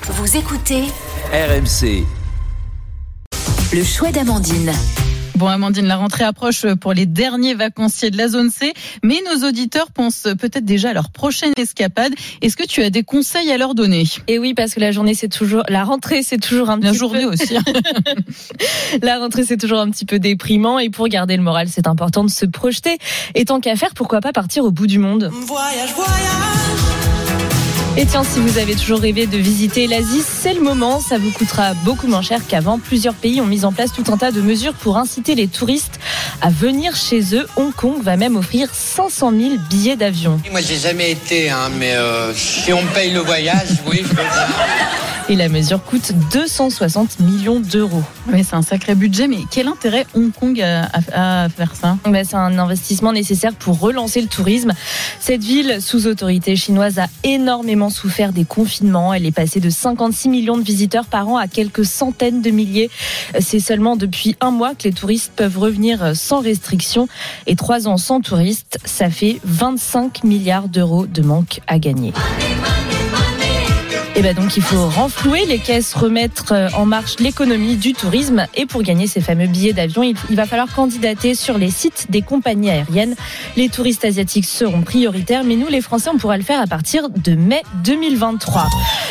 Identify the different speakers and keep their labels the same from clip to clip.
Speaker 1: Vous écoutez
Speaker 2: RMC.
Speaker 1: Le choix d'Amandine.
Speaker 3: Bon, Amandine, la rentrée approche pour les derniers vacanciers de la zone C, mais nos auditeurs pensent peut-être déjà à leur prochaine escapade. Est-ce que tu as des conseils à leur donner ?
Speaker 4: Et oui, parce que la rentrée, c'est toujours un petit peu...
Speaker 3: La journée aussi.
Speaker 4: La rentrée, c'est toujours un petit peu déprimant, et pour garder le moral, c'est important de se projeter. Et tant qu'à faire, pourquoi pas partir au bout du monde ?
Speaker 5: Voyage.
Speaker 4: Et tiens, si vous avez toujours rêvé de visiter l'Asie, c'est le moment. Ça vous coûtera beaucoup moins cher qu'avant. Plusieurs pays ont mis en place tout un tas de mesures pour inciter les touristes à venir chez eux. Hong Kong va même offrir 500 000 billets d'avion.
Speaker 6: Moi, j'ai jamais été, mais si on me paye le voyage, oui, je veux bien.
Speaker 4: Et la mesure coûte 260 millions d'euros.
Speaker 3: Oui, c'est un sacré budget, mais quel intérêt Hong Kong à faire ça ?
Speaker 4: C'est un investissement nécessaire pour relancer le tourisme. Cette ville, sous autorité chinoise, a énormément souffert des confinements. Elle est passée de 56 millions de visiteurs par an à quelques centaines de milliers. C'est seulement depuis un mois que les touristes peuvent revenir sans restriction. Et 3 ans sans touristes, ça fait 25 milliards d'euros de manque à gagner. Et donc il faut renflouer les caisses, remettre en marche l'économie du tourisme. Et pour gagner ces fameux billets d'avion, il va falloir candidater sur les sites des compagnies aériennes. Les touristes asiatiques seront prioritaires, mais nous les Français, on pourra le faire à partir de mai 2023.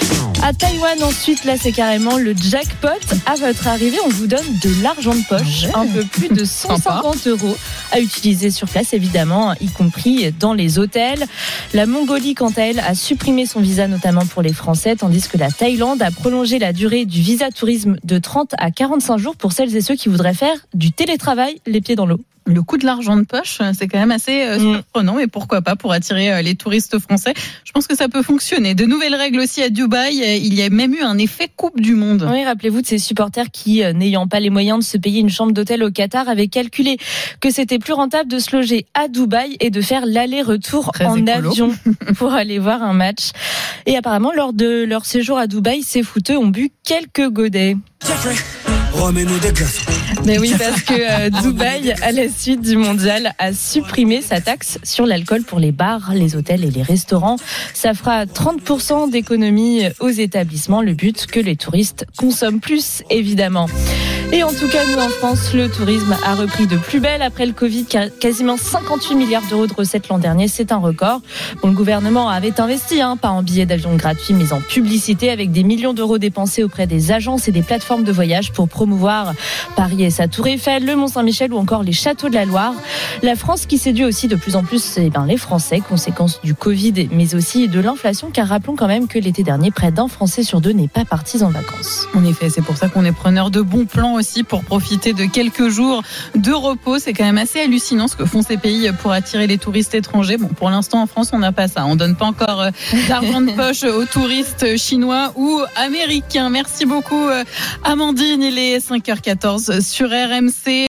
Speaker 4: À Taïwan ensuite, là c'est carrément le jackpot. À votre arrivée, on vous donne de l'argent de poche, un peu plus de 150 euros à utiliser sur place, évidemment, y compris dans les hôtels. La Mongolie, quant à elle, a supprimé son visa, notamment pour les Français, tandis que la Thaïlande a prolongé la durée du visa tourisme de 30 à 45 jours pour celles et ceux qui voudraient faire du télétravail les pieds dans l'eau.
Speaker 3: Le coût de l'argent de poche, c'est quand même assez surprenant, mais pourquoi pas pour attirer les touristes français. Je pense que ça peut fonctionner. De nouvelles règles aussi à Dubaï. Il y a même eu un effet Coupe du Monde.
Speaker 4: Oui, rappelez-vous de ces supporters qui, n'ayant pas les moyens de se payer une chambre d'hôtel au Qatar, avaient calculé que c'était plus rentable de se loger à Dubaï et de faire l'aller-retour en avion pour aller voir un match. Et apparemment, lors de leur séjour à Dubaï, ces footeux ont bu quelques godets.
Speaker 5: Remets-nous des glaçons.
Speaker 4: Mais oui, parce que Dubaï, à la suite du mondial, a supprimé sa taxe sur l'alcool pour les bars, les hôtels et les restaurants. Ça fera 30% d'économie aux établissements. Le but, que les touristes consomment plus, évidemment. Et en tout cas, nous en France, le tourisme a repris de plus belle après le Covid. Quasiment 58 milliards d'euros de recettes l'an dernier, c'est un record. Bon, le gouvernement avait investi, pas en billets d'avion gratuits, mais en publicité, avec des millions d'euros dépensés auprès des agences et des plateformes de voyage pour promouvoir Paris et sa Tour Eiffel, le Mont-Saint-Michel ou encore les châteaux de la Loire. La France qui séduit aussi de plus en plus les Français, conséquence du Covid, mais aussi de l'inflation, car rappelons quand même que l'été dernier, près d'un Français sur 2 n'est pas parti en vacances.
Speaker 3: En effet, c'est pour ça qu'on est preneur de bons plans aussi pour profiter de quelques jours de repos. C'est quand même assez hallucinant ce que font ces pays pour attirer les touristes étrangers. Bon, pour l'instant, en France, on n'a pas ça. On donne pas encore d'argent de poche aux touristes chinois ou américains. Merci beaucoup, Amandine. Il est 5h14 sur RMC.